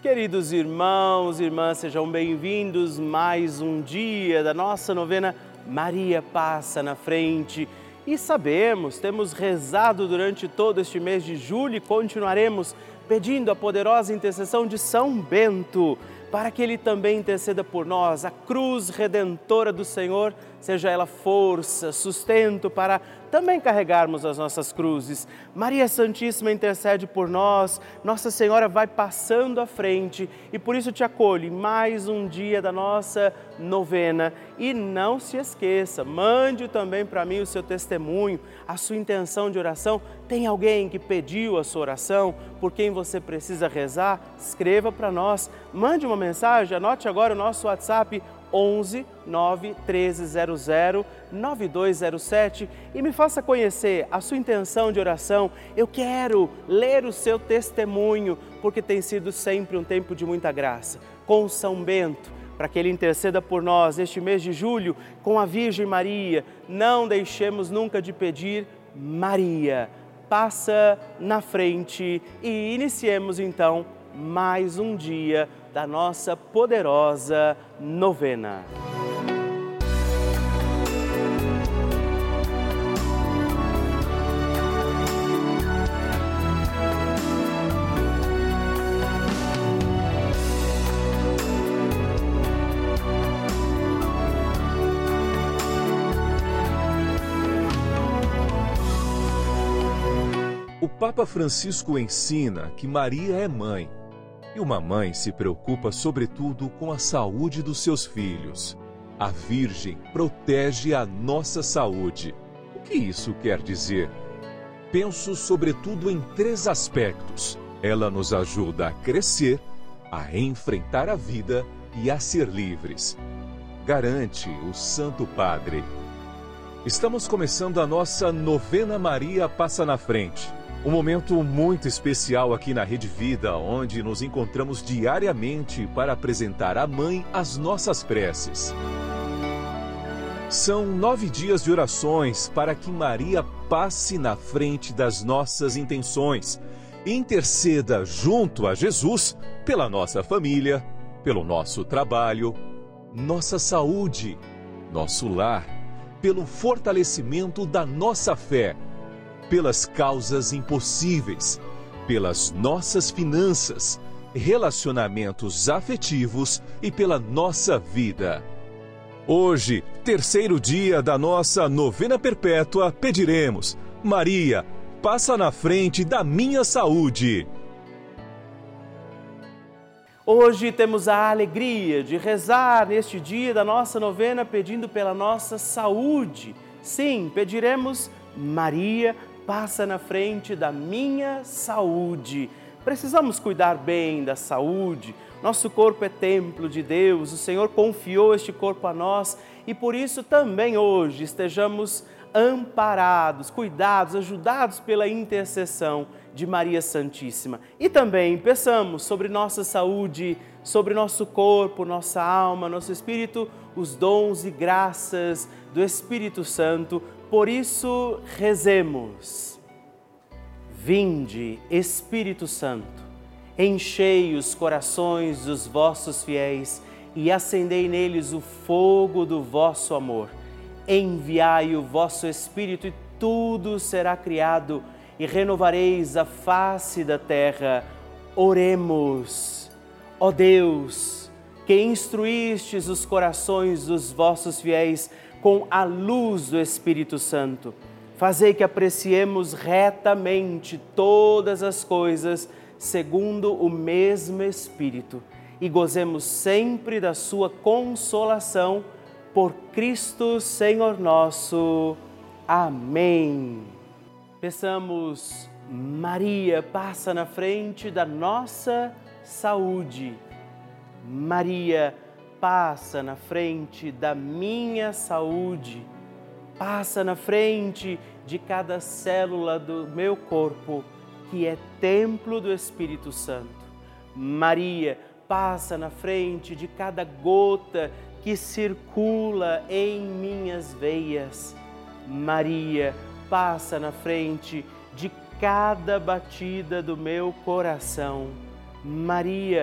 Queridos irmãos e irmãs, sejam bem-vindos mais um dia da nossa novena Maria Passa na Frente. E sabemos, temos rezado durante todo este mês de julho e continuaremos pedindo a poderosa intercessão de São Bento, para que ele também interceda por nós. A cruz redentora do Senhor, seja ela força, sustento para também carregarmos as nossas cruzes. Maria Santíssima intercede por nós, Nossa Senhora vai passando à frente e por isso te acolho em mais um dia da nossa novena. E não se esqueça, mande também para mim o seu testemunho, a sua intenção de oração. Tem alguém que pediu a sua oração, por quem você precisa rezar? Escreva para nós, mande uma mensagem, anote agora o nosso WhatsApp 11 9 1300 9207 e me faça conhecer a sua intenção de oração. Eu quero ler o seu testemunho, porque tem sido sempre um tempo de muita graça. Com São Bento, para que ele interceda por nós neste mês de julho, com a Virgem Maria, não deixemos nunca de pedir: Maria, passa na frente. E iniciemos então mais um dia da nossa poderosa novena. O Papa Francisco ensina que Maria é mãe. E uma mãe se preocupa sobretudo com a saúde dos seus filhos. A Virgem protege a nossa saúde. O que isso quer dizer? Penso sobretudo em 3 aspectos. Ela nos ajuda a crescer, a enfrentar a vida e a ser livres. Garante o Santo Padre. Estamos começando a nossa novena Maria Passa na Frente. Um momento muito especial aqui na Rede Vida, onde nos encontramos diariamente para apresentar à Mãe as nossas preces. São 9 dias de orações para que Maria passe na frente das nossas intenções e interceda junto a Jesus pela nossa família, pelo nosso trabalho, nossa saúde, nosso lar, pelo fortalecimento da nossa fé, pelas causas impossíveis, pelas nossas finanças, relacionamentos afetivos e pela nossa vida. Hoje, terceiro dia da nossa novena perpétua, pediremos: Maria, passa na frente da minha saúde. Hoje temos a alegria de rezar neste dia da nossa novena pedindo pela nossa saúde. Sim, pediremos: Maria, passa na frente da minha saúde. Precisamos cuidar bem da saúde. Nosso corpo é templo de Deus, o Senhor confiou este corpo a nós e por isso também hoje estejamos amparados, cuidados, ajudados pela intercessão de Maria Santíssima. E também peçamos sobre nossa saúde, sobre nosso corpo, nossa alma, nosso espírito, os dons e graças do Espírito Santo. Por isso, rezemos. Vinde, Espírito Santo, enchei os corações dos vossos fiéis e acendei neles o fogo do vosso amor. Enviai o vosso Espírito e tudo será criado e renovareis a face da terra. Oremos. Ó Deus, que instruístes os corações dos vossos fiéis com a luz do Espírito Santo, fazei que apreciemos retamente todas as coisas segundo o mesmo Espírito e gozemos sempre da sua consolação por Cristo Senhor nosso. Amém. Peçamos: Maria, passa na frente da nossa saúde. Maria, passa na frente da minha saúde, passa na frente de cada célula do meu corpo, que é templo do Espírito Santo. Maria, passa na frente de cada gota que circula em minhas veias. Maria, passa na frente de cada batida do meu coração. Maria,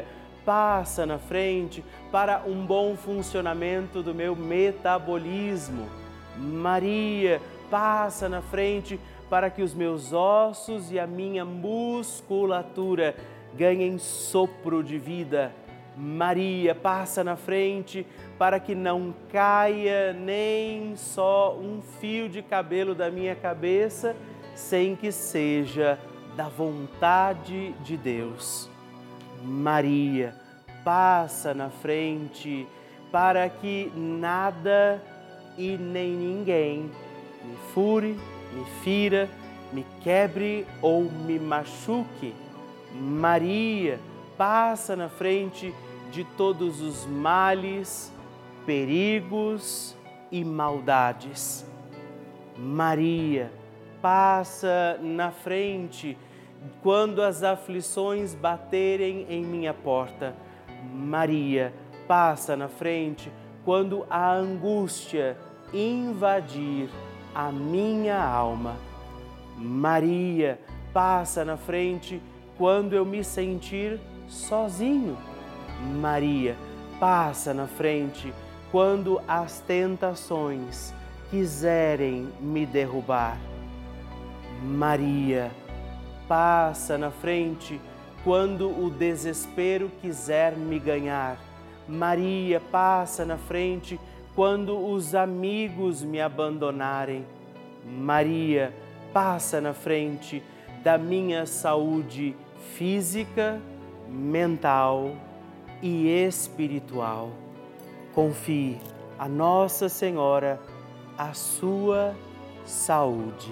passa na frente para um bom funcionamento do meu metabolismo. Maria, passa na frente para que os meus ossos e a minha musculatura ganhem sopro de vida. Maria, passa na frente para que não caia nem só um fio de cabelo da minha cabeça sem que seja da vontade de Deus. Maria, passa na frente para que nada e nem ninguém me fure, me fira, me quebre ou me machuque. Maria, passa na frente de todos os males, perigos e maldades. Maria, passa na frente quando as aflições baterem em minha porta. Maria, passa na frente quando a angústia invadir a minha alma. Maria, passa na frente quando eu me sentir sozinho. Maria, passa na frente quando as tentações quiserem me derrubar. Maria, passa na frente quando o desespero quiser me ganhar. Maria, passa na frente quando os amigos me abandonarem. Maria, passa na frente da minha saúde física, mental e espiritual. Confie a Nossa Senhora a sua saúde.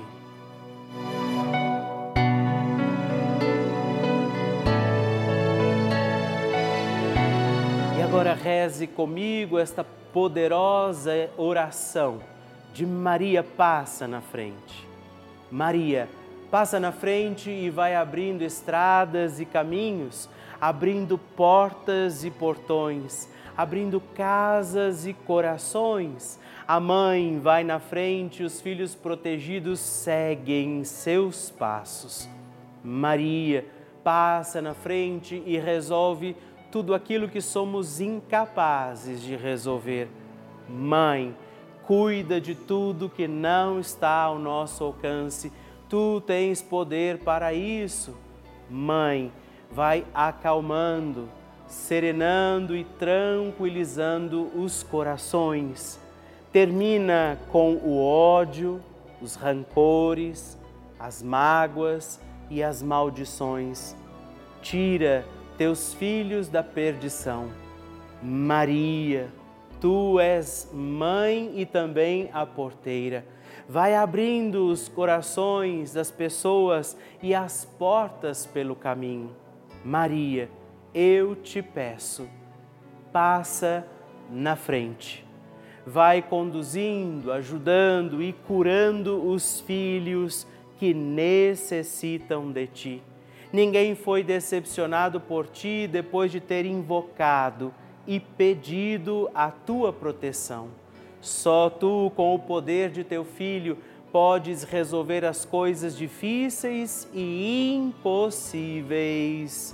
E agora reze comigo esta poderosa oração de Maria passa na frente. Maria, passa na frente e vai abrindo estradas e caminhos, abrindo portas e portões, abrindo casas e corações. A mãe vai na frente, os filhos protegidos seguem seus passos. Maria passa na frente e resolve tudo aquilo que somos incapazes de resolver. Mãe, cuida de tudo que não está ao nosso alcance. Tu tens poder para isso. Mãe, vai acalmando, serenando e tranquilizando os corações. Termina com o ódio, os rancores, as mágoas e as maldições. Tira teus filhos da perdição. Maria, tu és mãe e também a porteira. Vai abrindo os corações das pessoas e as portas pelo caminho. Maria, eu te peço, passa na frente. Vai conduzindo, ajudando e curando os filhos que necessitam de ti. Ninguém foi decepcionado por ti depois de ter invocado e pedido a tua proteção. Só tu, com o poder de teu Filho, podes resolver as coisas difíceis e impossíveis.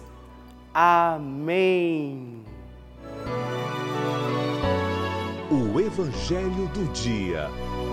Amém. O Evangelho do Dia.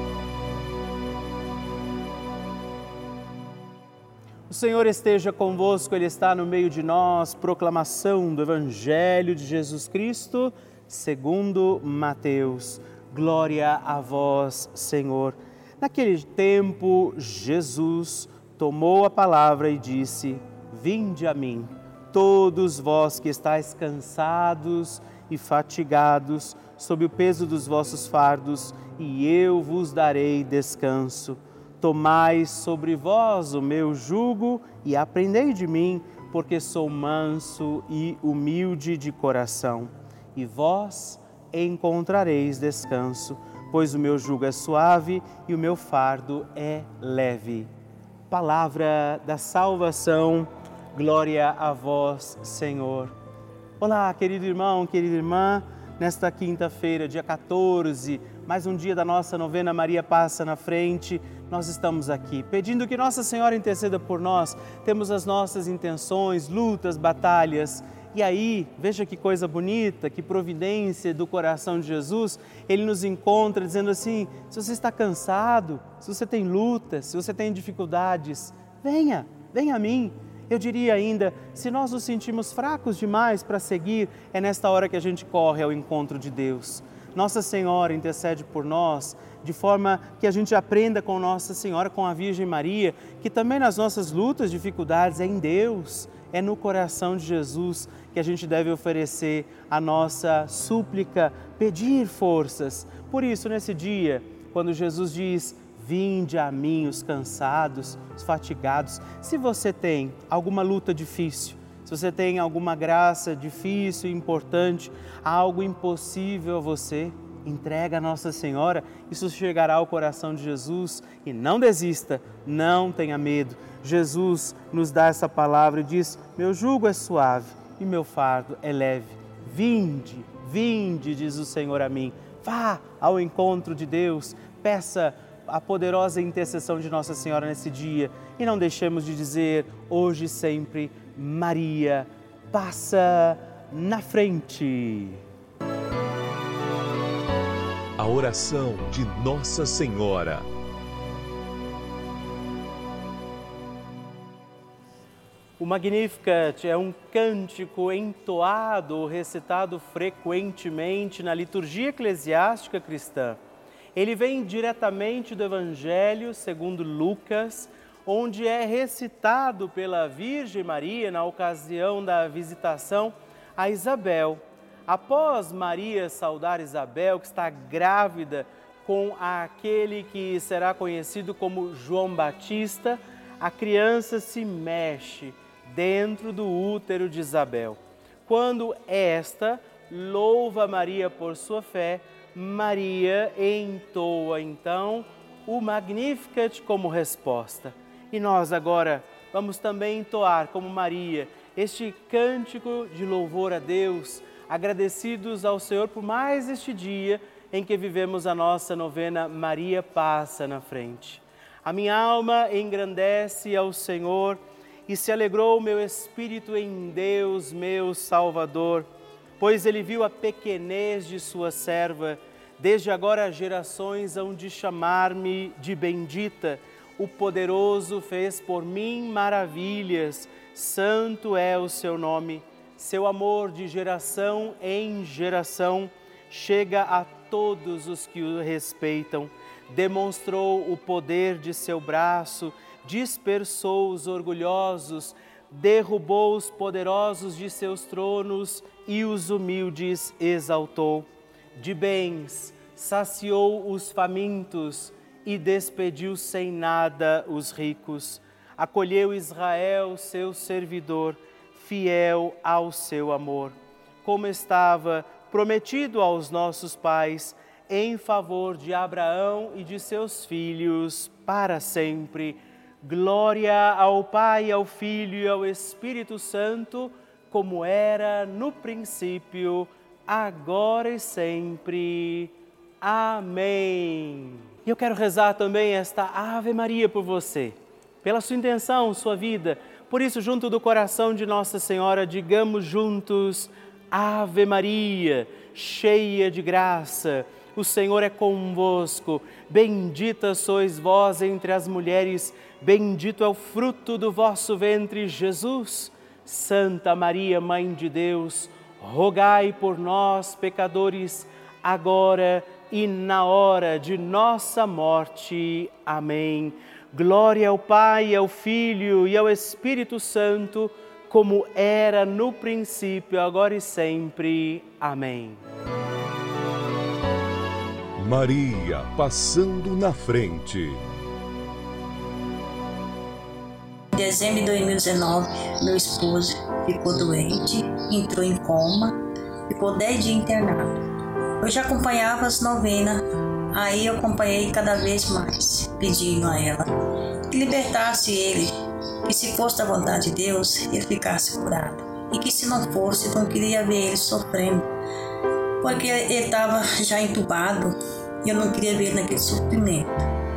O Senhor esteja convosco, Ele está no meio de nós. Proclamação do Evangelho de Jesus Cristo, segundo Mateus. Glória a vós, Senhor. Naquele tempo, Jesus tomou a palavra e disse: Vinde a mim, todos vós que estáis cansados e fatigados, sob o peso dos vossos fardos, e eu vos darei descanso. Tomai sobre vós o meu jugo e aprendei de mim, porque sou manso e humilde de coração. E vós encontrareis descanso, pois o meu jugo é suave e o meu fardo é leve. Palavra da salvação, glória a vós, Senhor. Olá, querido irmão, querida irmã, nesta quinta-feira, dia 14, mais um dia da nossa novena Maria Passa na Frente, nós estamos aqui pedindo que Nossa Senhora interceda por nós. Temos as nossas intenções, lutas, batalhas E aí, veja que coisa bonita, que providência do coração de Jesus, Ele nos encontra dizendo assim, se você está cansado, se você tem lutas, se você tem dificuldades, venha a mim. Eu diria ainda, se nós nos sentimos fracos demais para seguir, é nesta hora que a gente corre ao encontro de Deus. Nossa Senhora intercede por nós, de forma que a gente aprenda com Nossa Senhora, com a Virgem Maria, que também nas nossas lutas, dificuldades, é em Deus, é no coração de Jesus que a gente deve oferecer a nossa súplica, pedir forças. Por isso, nesse dia, quando Jesus diz, vinde a mim os cansados, os fatigados, se você tem alguma luta difícil, se você tem alguma graça difícil e importante, algo impossível a você, entrega a Nossa Senhora, isso chegará ao coração de Jesus e não desista, não tenha medo. Jesus nos dá essa palavra e diz, meu jugo é suave e meu fardo é leve. Vinde, diz o Senhor a mim, vá ao encontro de Deus, peça a poderosa intercessão de Nossa Senhora nesse dia e não deixemos de dizer hoje e sempre, Maria, passa na frente. A oração de Nossa Senhora. O Magnificat é um cântico entoado ou recitado frequentemente na liturgia eclesiástica cristã. Ele vem diretamente do Evangelho segundo Lucas, onde é recitado pela Virgem Maria na ocasião da visitação a Isabel. Após Maria saudar Isabel, que está grávida com aquele que será conhecido como João Batista, a criança se mexe dentro do útero de Isabel. Quando esta louva Maria por sua fé, Maria entoa então o Magnificat como resposta. E nós agora vamos também entoar como Maria este cântico de louvor a Deus, agradecidos ao Senhor por mais este dia em que vivemos a nossa novena Maria Passa na Frente. A minha alma engrandece ao Senhor e se alegrou o meu espírito em Deus, meu Salvador, pois Ele viu a pequenez de sua serva. Desde agora as gerações hão de chamar-me de bendita. O poderoso fez por mim maravilhas, santo é o seu nome. Seu amor de geração em geração chega a todos os que o respeitam. Demonstrou o poder de seu braço, dispersou os orgulhosos, derrubou os poderosos de seus tronos e os humildes exaltou. De bens saciou os famintos e despediu sem nada os ricos. Acolheu Israel, seu servidor, fiel ao seu amor, como estava prometido aos nossos pais, em favor de Abraão e de seus filhos para sempre. Glória ao Pai, ao Filho e ao Espírito Santo, como era no princípio, agora e sempre. Amém. E eu quero rezar também esta Ave Maria por você, pela sua intenção, sua vida. Por isso, junto do coração de Nossa Senhora, digamos juntos, Ave Maria, cheia de graça, o Senhor é convosco. Bendita sois vós entre as mulheres, bendito é o fruto do vosso ventre, Jesus. Santa Maria, Mãe de Deus, rogai por nós, pecadores, agora e na hora de nossa morte. Amém. Glória ao Pai, ao Filho e ao Espírito Santo, como era no princípio, agora e sempre. Amém. Maria passando na frente. Em dezembro de 2019, meu esposo ficou doente, entrou em coma, ficou 10 dias internado. Eu já acompanhava as novenas, aí eu acompanhei cada vez mais, pedindo a ela que libertasse ele, que se fosse da vontade de Deus, ele ficasse curado. E que se não fosse, não queria ver ele sofrendo, porque ele estava já entubado e eu não queria ver ele naquele sofrimento.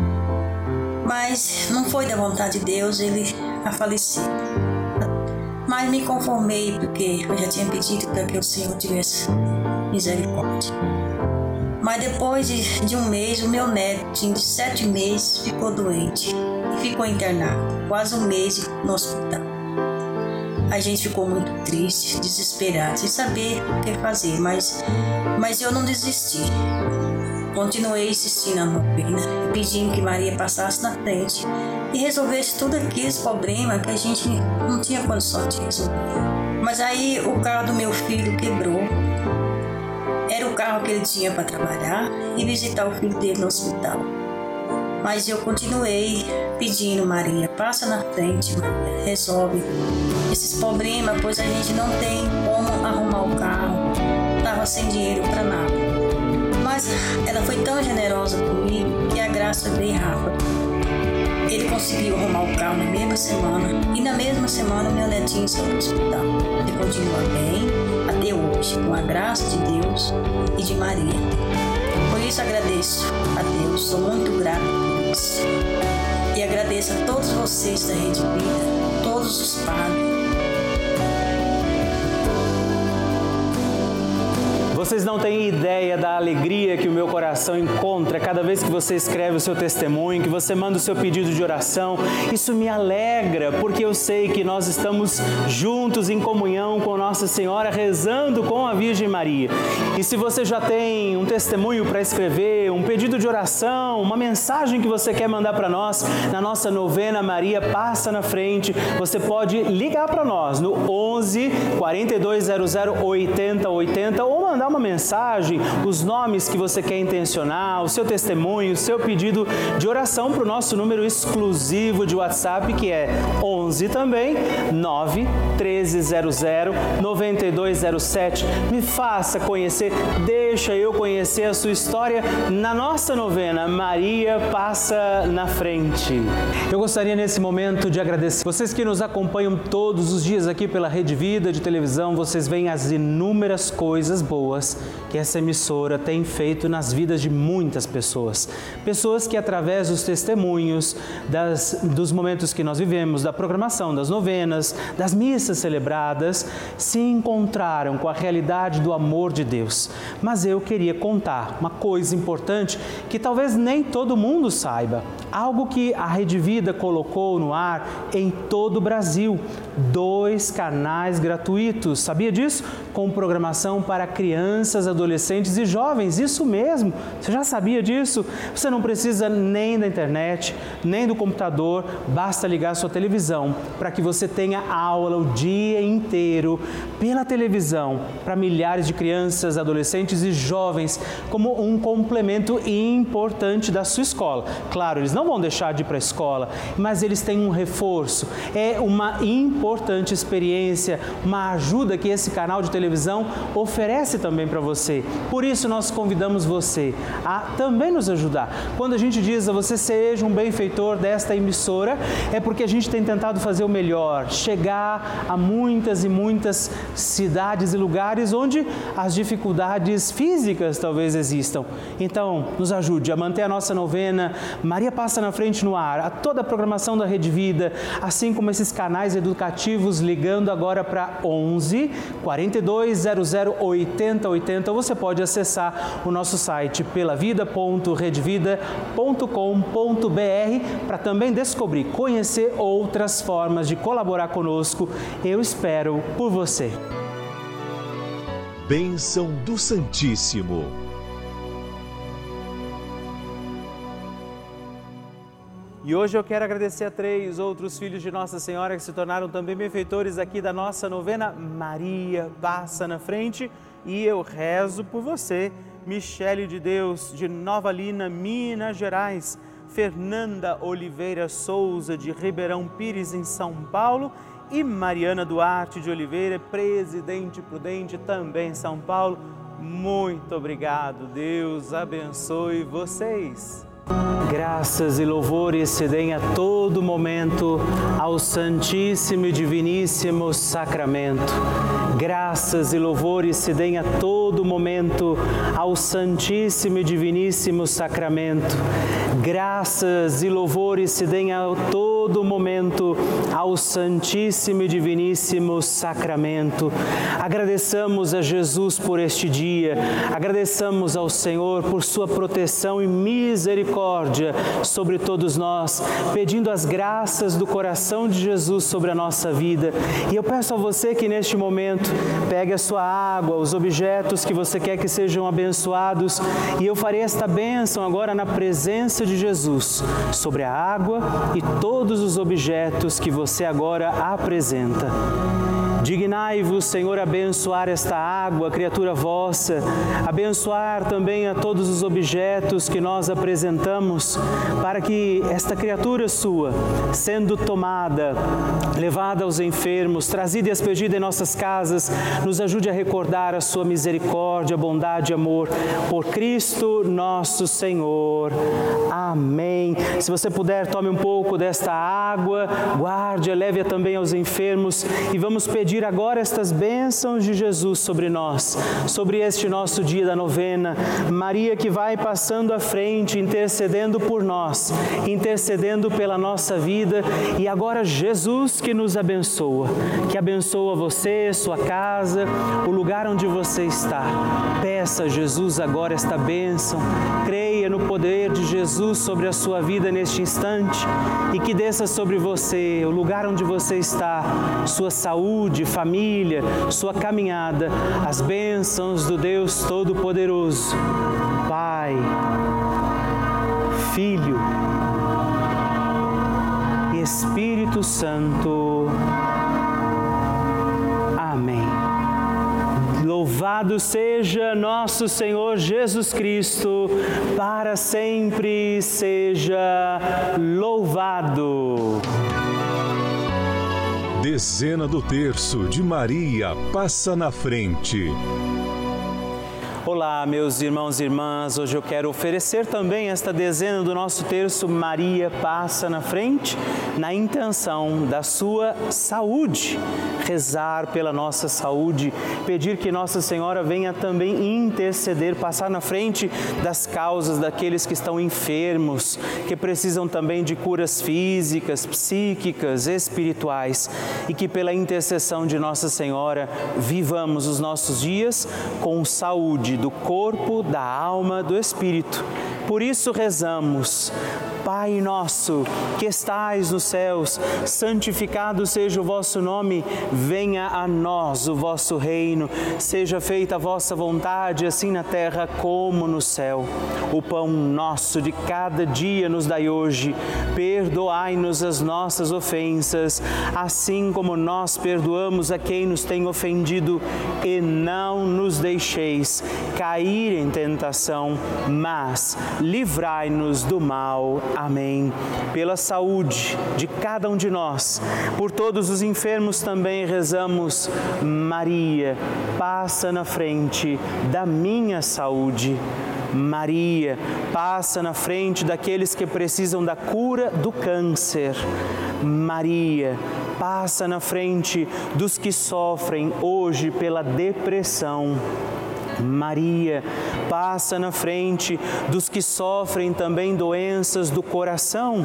Mas não foi da vontade de Deus ele a falecer. mas me conformei porque eu já tinha pedido para que o Senhor tivesse misericórdia. Mas depois de um mês, o meu netinho de 7 meses ficou doente e ficou internado, quase um mês no hospital. A gente ficou muito triste, desesperado, sem saber o que fazer, mas eu não desisti. Continuei insistindo na novena, pedindo que Maria passasse na frente e resolvesse todos aqueles problemas que a gente não tinha condição de resolver. Mas aí o carro do meu filho quebrou. Era o carro que ele tinha para trabalhar e visitar o filho dele no hospital. Mas eu continuei pedindo, Maria, passa na frente, Maria, resolve esses problemas, pois a gente não tem como arrumar o carro. Estava sem dinheiro para nada. Mas ela foi tão generosa comigo que a graça veio rápido. Ele conseguiu arrumar o carro na mesma semana e na mesma semana meu netinho saiu do hospital. Ele continua bem até hoje, com a graça de Deus e de Maria. Por isso agradeço a Deus, sou muito grata por isso. E agradeço a todos vocês da Rede Vida, todos os padres. Vocês não têm ideia da alegria que o meu coração encontra cada vez que você escreve o seu testemunho, que você manda o seu pedido de oração. Isso me alegra, porque eu sei que nós estamos juntos em comunhão com Nossa Senhora, rezando com a Virgem Maria. E se você já tem um testemunho para escrever, um pedido de oração, uma mensagem que você quer mandar para nós, na nossa novena Maria Passa na Frente, você pode ligar para nós no 11 4200 8080 ou mandar uma mensagem, os nomes que você quer intencionar, o seu testemunho, o seu pedido de oração para o nosso número exclusivo de WhatsApp, que é 11 também, 9 1300 9207. Me faça conhecer, deixa eu conhecer a sua história na nossa novena Maria Passa na Frente. Eu gostaria nesse momento de agradecer vocês que nos acompanham todos os dias aqui pela Rede Vida de televisão. Vocês veem as inúmeras coisas boas que essa emissora tem feito nas vidas de muitas pessoas. Pessoas que através dos testemunhos, dos momentos que nós vivemos, da programação, das novenas, das missas celebradas, se encontraram com a realidade do amor de Deus. Mas eu queria contar uma coisa importante que talvez nem todo mundo saiba. Algo que a Rede Vida colocou no ar em todo o Brasil. 2 canais gratuitos. Sabia disso? Com programação para crianças, adolescentes e jovens. Isso mesmo. Você já sabia disso? Você não precisa nem da internet, nem do computador. Basta ligar a sua televisão para que você tenha aula o dia inteiro pela televisão para milhares de crianças, adolescentes e jovens como um complemento importante da sua escola. Claro, eles não vão deixar de ir para a escola, mas eles têm um reforço. É uma importante experiência, uma ajuda que esse canal de televisão oferece também para você. Por isso nós convidamos você a também nos ajudar. Quando a gente diz a você seja um benfeitor desta emissora, é porque a gente tem tentado fazer o melhor, chegar a muitas e muitas cidades e lugares onde as dificuldades físicas talvez existam. Então, nos ajude a manter a nossa novena Maria Passa na Frente no ar, a toda a programação da Rede Vida, assim como esses canais educativos, ligando agora para 11 4200 8080. Você pode acessar o nosso site pelavida.redvida.com.br para também descobrir, conhecer outras formas de colaborar conosco. Eu espero por você. Bênção do Santíssimo. E hoje eu quero agradecer a 3 outros filhos de Nossa Senhora que se tornaram também benfeitores aqui da nossa novena Maria Passa na Frente. E eu rezo por você, Michele de Deus, de Nova Lina, Minas Gerais, Fernanda Oliveira Souza, de Ribeirão Pires, em São Paulo, e Mariana Duarte de Oliveira, Presidente Prudente, também em São Paulo. Muito obrigado, Deus abençoe vocês. Graças e louvores se deem a todo momento ao Santíssimo e Diviníssimo Sacramento. Graças e louvores se deem a todo momento ao Santíssimo e Diviníssimo Sacramento. Graças e louvores se deem a todo momento ao Santíssimo e Diviníssimo Sacramento. Agradeçamos a Jesus por este dia, agradeçamos ao Senhor por sua proteção e misericórdia sobre todos nós, pedindo as graças do coração de Jesus sobre a nossa vida. E eu peço a você que neste momento pegue a sua água, os objetos que você quer que sejam abençoados, e eu farei esta bênção agora na presença de Jesus sobre a água e todos os objetos que você agora apresenta. Dignai-vos, Senhor, abençoar esta água, criatura vossa, abençoar também a todos os objetos que nós apresentamos, para que esta criatura sua, sendo tomada, levada aos enfermos, trazida e expedida em nossas casas, nos ajude a recordar a sua misericórdia, bondade e amor, por Cristo nosso Senhor. Amém. Se você puder, tome um pouco desta água, guarde, leve-a também aos enfermos e vamos pedir agora estas bênçãos de Jesus sobre nós, sobre este nosso dia da novena. Maria que vai passando à frente, intercedendo por nós, intercedendo pela nossa vida, e agora Jesus que nos abençoa, que abençoa você, sua casa, o lugar onde você está. Peça a Jesus agora esta bênção, creia no poder de Jesus sobre a sua vida neste instante e que desça sobre você, o lugar onde você está, sua saúde, família, sua caminhada, as bênçãos do Deus Todo-Poderoso, Pai, Filho e Espírito Santo. Amém. Louvado seja nosso Senhor Jesus Cristo, para sempre seja louvado. Dezena do Terço de Maria passa na frente. Olá, meus irmãos e irmãs, hoje eu quero oferecer também esta dezena do nosso terço Maria Passa na Frente, na intenção da sua saúde, rezar pela nossa saúde, pedir que Nossa Senhora venha também interceder, passar na frente das causas daqueles que estão enfermos, que precisam também de curas físicas, psíquicas, espirituais, e que pela intercessão de Nossa Senhora vivamos os nossos dias com saúde do corpo, da alma, do espírito. Por isso rezamos: Pai nosso, que estais nos céus, santificado seja o vosso nome, venha a nós o vosso reino, seja feita a vossa vontade, assim na terra como no céu. O pão nosso de cada dia nos dai hoje, perdoai-nos as nossas ofensas, assim como nós perdoamos a quem nos tem ofendido, e não nos deixeis cair em tentação, mas livrai-nos do mal. Amém. Pela saúde de cada um de nós, por todos os enfermos também rezamos: Maria, passa na frente da minha saúde. Maria, passa na frente daqueles que precisam da cura do câncer. Maria, passa na frente dos que sofrem hoje pela depressão. Maria, passa na frente dos que sofrem também doenças do coração.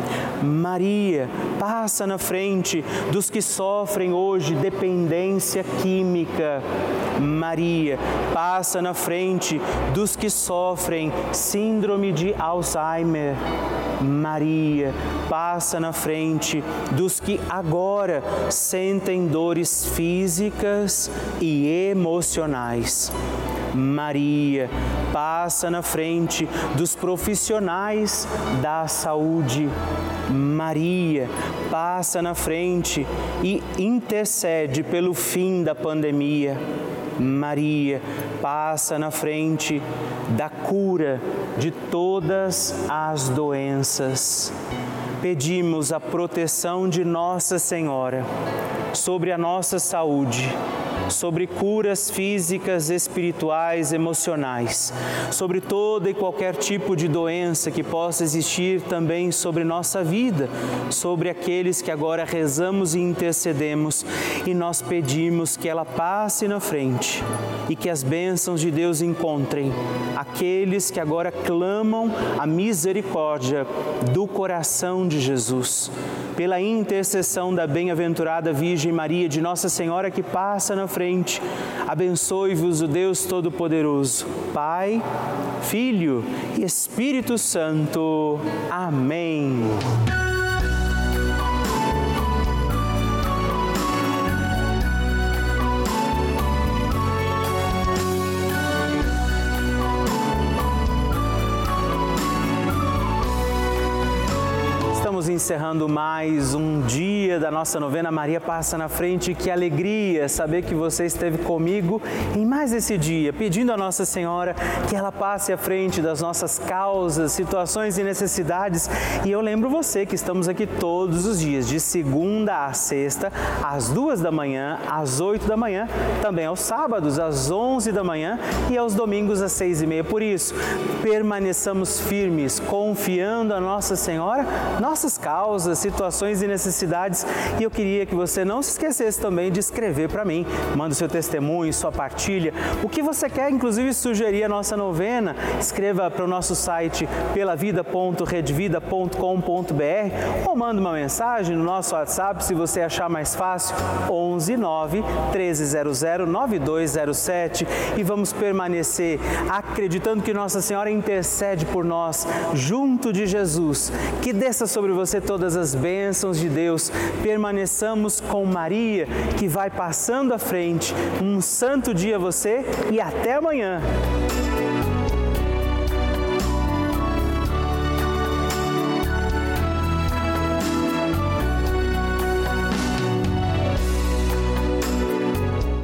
Maria, passa na frente dos que sofrem hoje dependência química. Maria, passa na frente dos que sofrem síndrome de Alzheimer. Maria, passa na frente dos que agora sentem dores físicas e emocionais. Maria, passa na frente dos profissionais da saúde. Maria, passa na frente e intercede pelo fim da pandemia. Maria, passa na frente da cura de todas as doenças. Pedimos a proteção de Nossa Senhora sobre a nossa saúde, sobre curas físicas, espirituais, emocionais, sobre todo e qualquer tipo de doença que possa existir também sobre nossa vida, sobre aqueles que agora rezamos e intercedemos, e nós pedimos que ela passe na frente e que as bênçãos de Deus encontrem aqueles que agora clamam a misericórdia do coração de Jesus. Pela intercessão da bem-aventurada Virgem Maria, de Nossa Senhora que passa na frente, abençoe-vos o Deus Todo-Poderoso, Pai, Filho e Espírito Santo. Amém. Estamos encerrando mais um dia da nossa novena Maria Passa na Frente. Que alegria saber que você esteve comigo em mais esse dia, pedindo a Nossa Senhora que ela passe à frente das nossas causas, situações e necessidades. E eu lembro você que estamos aqui todos os dias, de segunda a sexta, às 2 da manhã, às 8 da manhã, também aos sábados, às 11 da manhã e aos domingos às 6h30. Por isso, permaneçamos firmes, confiando a Nossa Senhora, nossas causas, situações e necessidades. E eu queria que você não se esquecesse também de escrever para mim. Manda o seu testemunho, sua partilha, o que você quer, inclusive sugerir a nossa novena. Escreva para o nosso site pelavida.redvida.com.br ou manda uma mensagem no nosso WhatsApp, se você achar mais fácil, 11 9 1300 9207. E vamos permanecer acreditando que Nossa Senhora intercede por nós junto de Jesus. Que desça sobre você todas as bênçãos de Deus. Permaneçamos com Maria, que vai passando à frente. Um santo dia a você e até amanhã.